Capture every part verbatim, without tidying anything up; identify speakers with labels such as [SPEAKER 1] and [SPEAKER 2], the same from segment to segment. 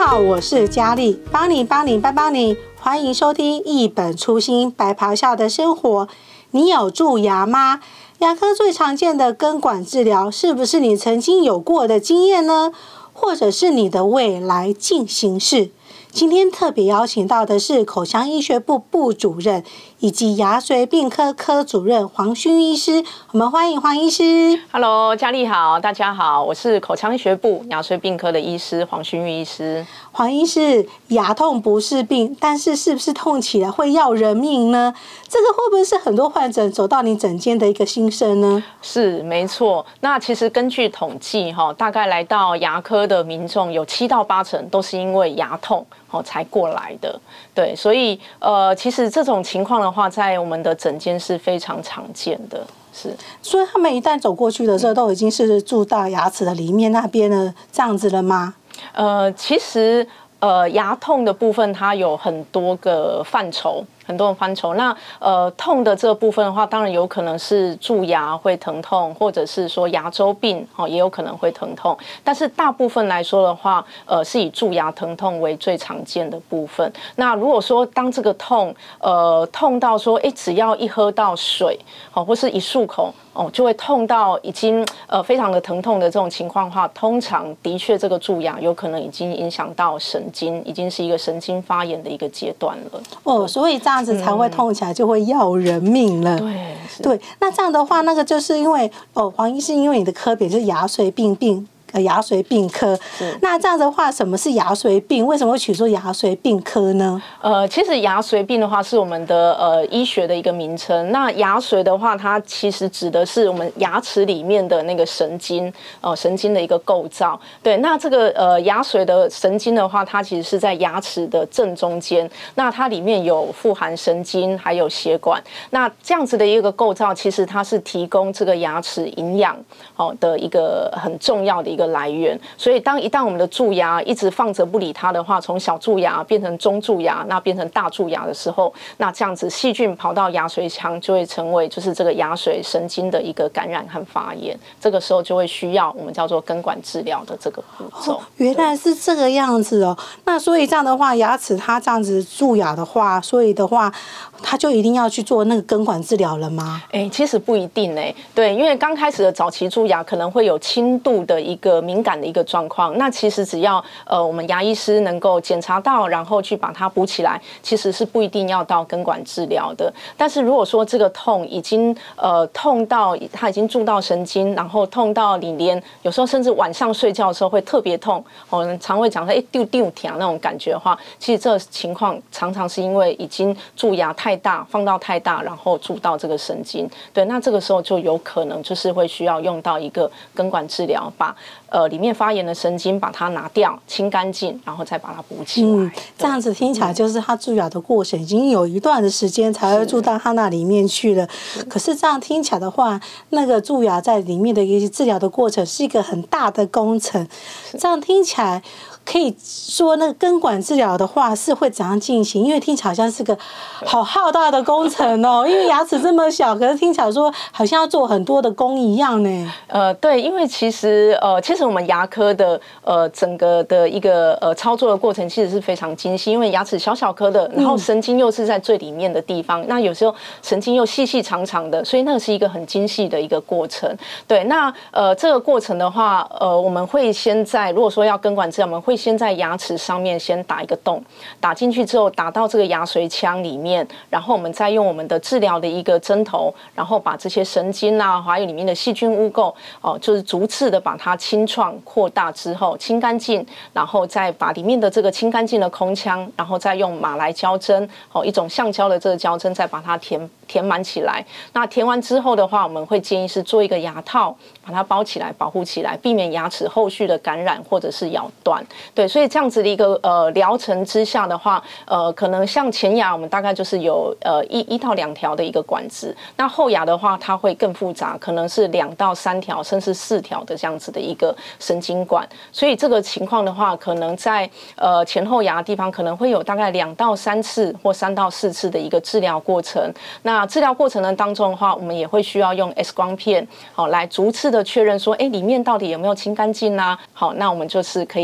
[SPEAKER 1] 好，我是佳丽，帮你帮你帮帮你，欢迎收听一本初心白咆哮的生活。你有蛀牙吗？牙科最常见的根管治疗，是不是你曾经有过的经验呢？或者是你的未来进行式？今天特别邀请到的是口腔医学部部主任以及牙髓病科科主任黄勋医师，我们欢迎黄医师。
[SPEAKER 2] Hello， 佳丽好，大家好，我是口腔医学部牙髓病科的医师黄勋玉医师。
[SPEAKER 1] 黄医师，牙痛不是病，但是是不是痛起来会要人命呢？这个会不会是很多患者走到你诊间的一个心声呢？
[SPEAKER 2] 是，没错。那其实根据统计，哈，大概来到牙科的民众有七到八成都是因为牙痛哦才过来的。对，所以呃，其实这种情况的话，在我们的诊间是非常常见的。是，
[SPEAKER 1] 所以他们一旦走过去的时候，都已经是住到牙齿的里面那边了，这样子了吗？
[SPEAKER 2] 呃，其实呃，牙痛的部分它有很多个范畴。很多人范畴，那呃痛的这部分的话，当然有可能是蛀牙会疼痛，或者是说牙周病哦，也有可能会疼痛。但是大部分来说的话，呃是以蛀牙疼痛为最常见的部分。那如果说当这个痛呃痛到说，哎，只要一喝到水哦，或是一漱口哦，就会痛到已经呃非常的疼痛的这种情况的话，通常的确这个蛀牙有可能已经影响到神经，已经是一个神经发炎的一个阶段了。
[SPEAKER 1] 哦，所以这样。这样子才会痛起来，就会要人命了。
[SPEAKER 2] 对
[SPEAKER 1] 对，那这样的话，那个就是因为哦，黄医师，因为你的科别是牙髓病病。呃，牙髓病科，那这样的话，什么是牙髓病？为什么会取说牙髓病科呢？
[SPEAKER 2] 呃，其实牙髓病的话是我们的呃医学的一个名称。那牙髓的话，它其实指的是我们牙齿里面的那个神经，呃，神经的一个构造。对，那这个呃牙髓的神经的话，它其实是在牙齿的正中间。那它里面有富含神经，还有血管。那这样子的一个构造，其实它是提供这个牙齿营养哦的一个很重要的一个。来源，所以当一旦我们的蛀牙一直放着不理它的话，从小蛀牙变成中蛀牙，那变成大蛀牙的时候，那这样子细菌跑到牙髓腔，就会成为就是这个牙髓神经的一个感染和发炎。这个时候就会需要我们叫做根管治疗的这个步骤。
[SPEAKER 1] 哦，原来是这个样子哦。那所以这样的话，牙齿它这样子蛀牙的话，所以的话，它就一定要去做那个根管治疗了吗？
[SPEAKER 2] 哎，其实不一定哎，对，因为刚开始的早期蛀牙可能会有轻度的一个敏感的一个状况，那其实只要呃我们牙医师能够检查到，然后去把它补起来，其实是不一定要到根管治疗的。但是如果说这个痛已经呃痛到它已经蛀到神经，然后痛到你连有时候甚至晚上睡觉的时候会特别痛，我们常会讲说哎丢丢疼那种感觉的话，其实这情况常常是因为已经蛀牙太大，放到太大，然后蛀到这个神经。对，那这个时候就有可能就是会需要用到一个根管治疗，把呃里面发炎的神经把它拿掉，清干净，然后再把它补起来。嗯，
[SPEAKER 1] 这样子听起来就是它蛀牙的过程已经有一段的时间才会蛀到它那里面去了。可是这样听起来的话，那个蛀牙在里面的一些治疗的过程是一个很大的工程。这样听起来。可以说那个根管治疗的话是会怎样进行？因为听起来好像是个好浩大的工程哦，因为牙齿这么小，可是听起来说好像要做很多的工一样呢。
[SPEAKER 2] 呃，对，因为其实呃，其实我们牙科的呃整个的一个呃操作的过程其实是非常精细，因为牙齿小小颗的，然后神经又是在最里面的地方，嗯、那有时候神经又细细长长的，所以那个是一个很精细的一个过程。对，那呃这个过程的话，呃我们会先在如果说要根管治疗，我们会先在牙齿上面先打一个洞，打进去之后打到这个牙髓腔里面，然后我们再用我们的治疗的一个针头，然后把这些神经啊，还有里面的细菌污垢哦，就是逐次的把它清创扩大之后清干净，然后再把里面的这个清干净的空腔，然后再用马来胶针哦，一种橡胶的这个胶针，再把它填填满起来。那填完之后的话，我们会建议是做一个牙套，把它包起来，保护起来，避免牙齿后续的感染或者是咬断。对，所以这样子的一个呃疗程之下的话，呃，可能像前牙我们大概就是有呃一一到两条的一个管子，那后牙的话它会更复杂，可能是两到三条甚至四条的这样子的一个神经管。所以这个情况的话，可能在呃前后牙的地方可能会有大概两到三次或三到四次的一个治疗过程。那治疗过程的当中的话，我们也会需要用 X 光片，好来逐次的确认说，哎，里面到底有没有清干净啊？好，那我们就是可以把它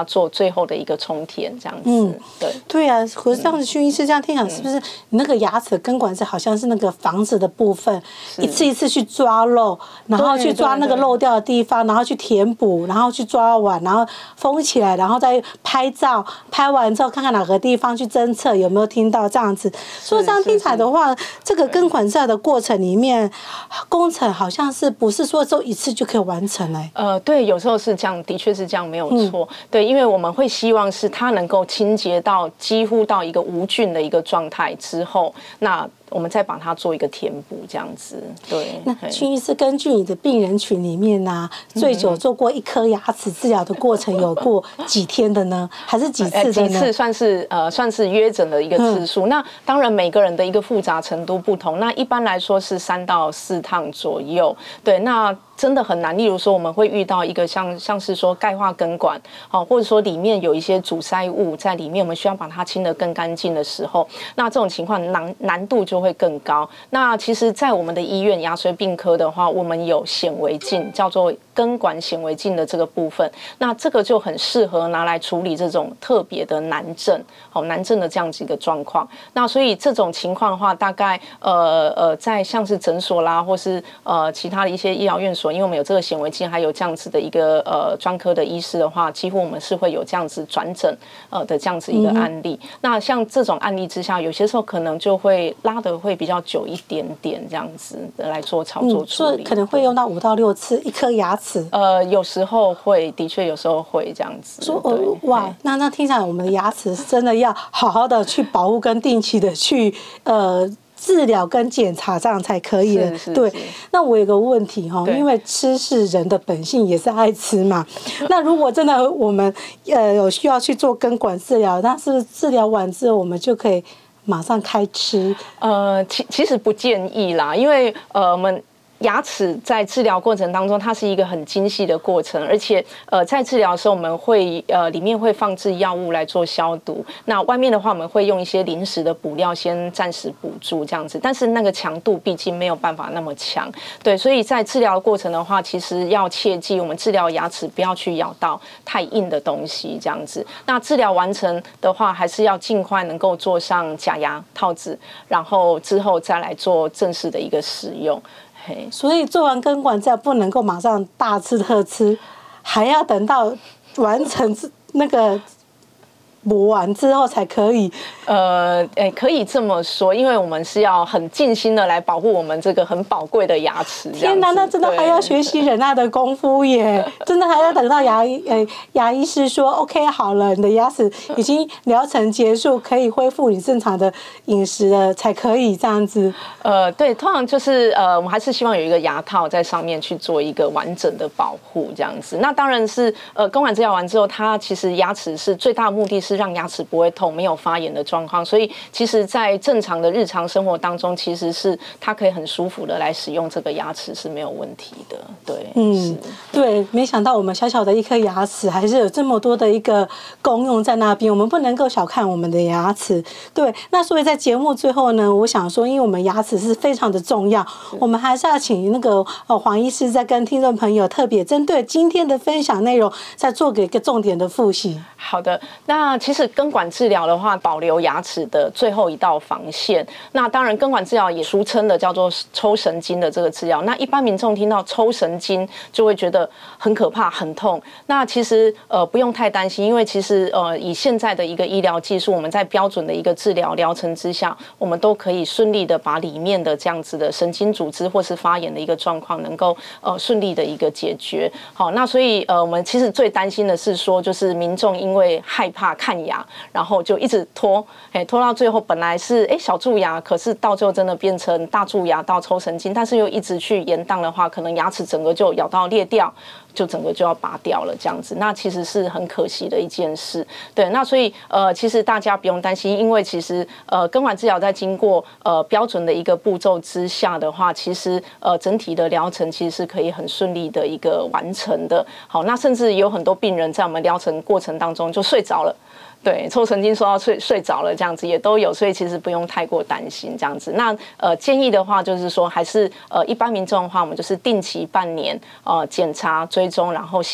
[SPEAKER 2] 做最后的一个充填，这样子。
[SPEAKER 1] 嗯，
[SPEAKER 2] 对
[SPEAKER 1] 对啊，可是这样子，徐医师这样听讲，是不是你那个牙齿的根管是好像是那个房子的部分，一次一次去抓漏，然后去抓那个漏掉的地方，然后去填补，然后去抓完，然后封起来，然后再拍照，拍完之后看看哪个地方去侦测有没有听到这样子。所以这样听起来的话，这个根管治疗的过程里面，工程好像是不是说只有一次就可以完成嘞？
[SPEAKER 2] 呃，对，有时候是这样，的确是这样，没有错。嗯、对，因为我们会希望是它能够清洁到几乎到一个无菌的一个状态之后，那我们再把它做一个填补，这样子。对。
[SPEAKER 1] 那徐医师根据你的病人群里面呢、啊，最久做过一颗牙齿治疗的过程有过几天的呢？还是几次的呢？
[SPEAKER 2] 几次算是呃算是约诊的一个次数。嗯、那当然每个人的一个复杂程度不同，那一般来说是三到四趟左右。对，那。真的很难，例如说我们会遇到一个像像是说钙化根管，好，或者说里面有一些阻塞物在里面，我们需要把它清得更干净的时候，那这种情况难难度就会更高。那其实，在我们的医院牙髓病科的话，我们有显微镜，叫做根管显微镜的这个部分，那这个就很适合拿来处理这种特别的难症，好难症的这样子一个状况。那所以这种情况的话，大概呃呃，在像是诊所啦，或是呃其他的一些医疗院所。因为我们有这个显微镜，还有这样子的一个呃专科的医师的话，几乎我们是会有这样子转诊呃的这样子一个案例。嗯、那像这种案例之下，有些时候可能就会拉得会比较久一点点，这样子的来做操作处理，
[SPEAKER 1] 所以、嗯、可能会用到五到六次一颗牙齿。
[SPEAKER 2] 呃，有时候会，的确有时候会这样子。
[SPEAKER 1] 说呃哇，那那听起来我们的牙齿真的要好好的去保护，跟定期的去呃。治疗跟检查这样才可以了。对，那我有个问题哈，因为吃是人的本性，也是爱吃嘛。那如果真的我们呃有需要去做根管治疗，那是不是治疗完之后我们就可以马上开吃？
[SPEAKER 2] 呃，其其实不建议啦，因为呃我们。牙齿在治疗过程当中，它是一个很精细的过程，而且呃，在治疗的时候，我们会呃里面会放置药物来做消毒。那外面的话，我们会用一些临时的补料先暂时补住这样子，但是那个强度毕竟没有办法那么强，对，所以在治疗过程的话，其实要切记，我们治疗牙齿不要去咬到太硬的东西这样子。那治疗完成的话，还是要尽快能够做上假牙套子，然后之后再来做正式的一个使用。
[SPEAKER 1] 所以做完根管治疗不能够马上大吃特吃，还要等到完成那个补完之后才可以。
[SPEAKER 2] 呃，哎，可以这么说，因为我们是要很尽心的来保护我们这个很宝贵的牙齿。
[SPEAKER 1] 天哪，那真的还要学习忍耐的功夫耶！真的还要等到牙医呃牙医师说 OK 好了，你的牙齿已经疗程结束，可以恢复你正常的饮食了，才可以这样子。
[SPEAKER 2] 呃，对，通常就是呃，我们还是希望有一个牙套在上面去做一个完整的保护，这样子。那当然是呃，根管治疗完之后，它其实牙齿是最大的目的是让牙齿不会痛，没有发炎的状况。所以其实，在正常的日常生活当中，其实是它可以很舒服的来使用这个牙齿是没有问题的。对，
[SPEAKER 1] 嗯，对，没想到我们小小的一颗牙齿，还是有这么多的一个功用在那边。我们不能够小看我们的牙齿。对，那所以在节目最后呢，我想说，因为我们牙齿是非常的重要，我们还是要请那个呃黄医师再跟听众朋友特别针对今天的分享内容，再做个一个重点的复习。
[SPEAKER 2] 好的，那其实根管治疗的话，保留牙齿的最后一道防线。那当然，根管治疗也俗称的叫做抽神经的这个治疗。那一般民众听到抽神经就会觉得很可怕、很痛。那其实呃不用太担心，因为其实呃以现在的一个医疗技术，我们在标准的一个治疗疗程之下，我们都可以顺利的把里面的这样子的神经组织或是发炎的一个状况，能够呃顺利的一个解决。好，那所以呃我们其实最担心的是说，就是民众因为害怕看牙，然后就一直拖，哎，拖到最后本来是哎小蛀牙，可是到最后真的变成大蛀牙到抽神经，但是又一直去延宕的话，可能牙齿整个就咬到裂掉，就整个就要拔掉了这样子，那其实是很可惜的一件事。对，那所以呃，其实大家不用担心，因为其实呃根管治疗在经过呃标准的一个步骤之下的话，其实呃整体的疗程其实是可以很顺利的一个完成的。好，那甚至有很多病人在我们疗程过程当中就睡着了。对，抽神经说到睡睡着了这样子也都有，所以其实不用太过担心这样子。那呃建议的话就是说，还是呃一般民众的话，我们就是定期半年呃检查追踪，然后洗牙。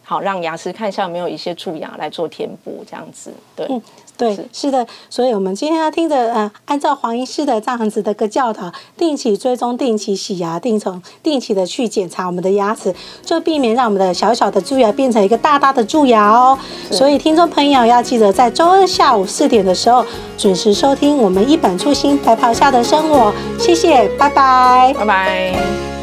[SPEAKER 2] 好让牙齿看一下有没有一些蛀牙来做填补，这样子。对，嗯，
[SPEAKER 1] 对，是, 是的。所以我们今天要听着呃，按照黄医师的这样子的个教导，定期追踪、定期洗牙、定从定期的去检查我们的牙齿，就避免让我们的小小的蛀牙变成一个大大的蛀牙哦。所以听众朋友要记得在周二下午四点的时候准时收听我们一本初心白袍下的生活。谢谢，拜拜，
[SPEAKER 2] 拜拜。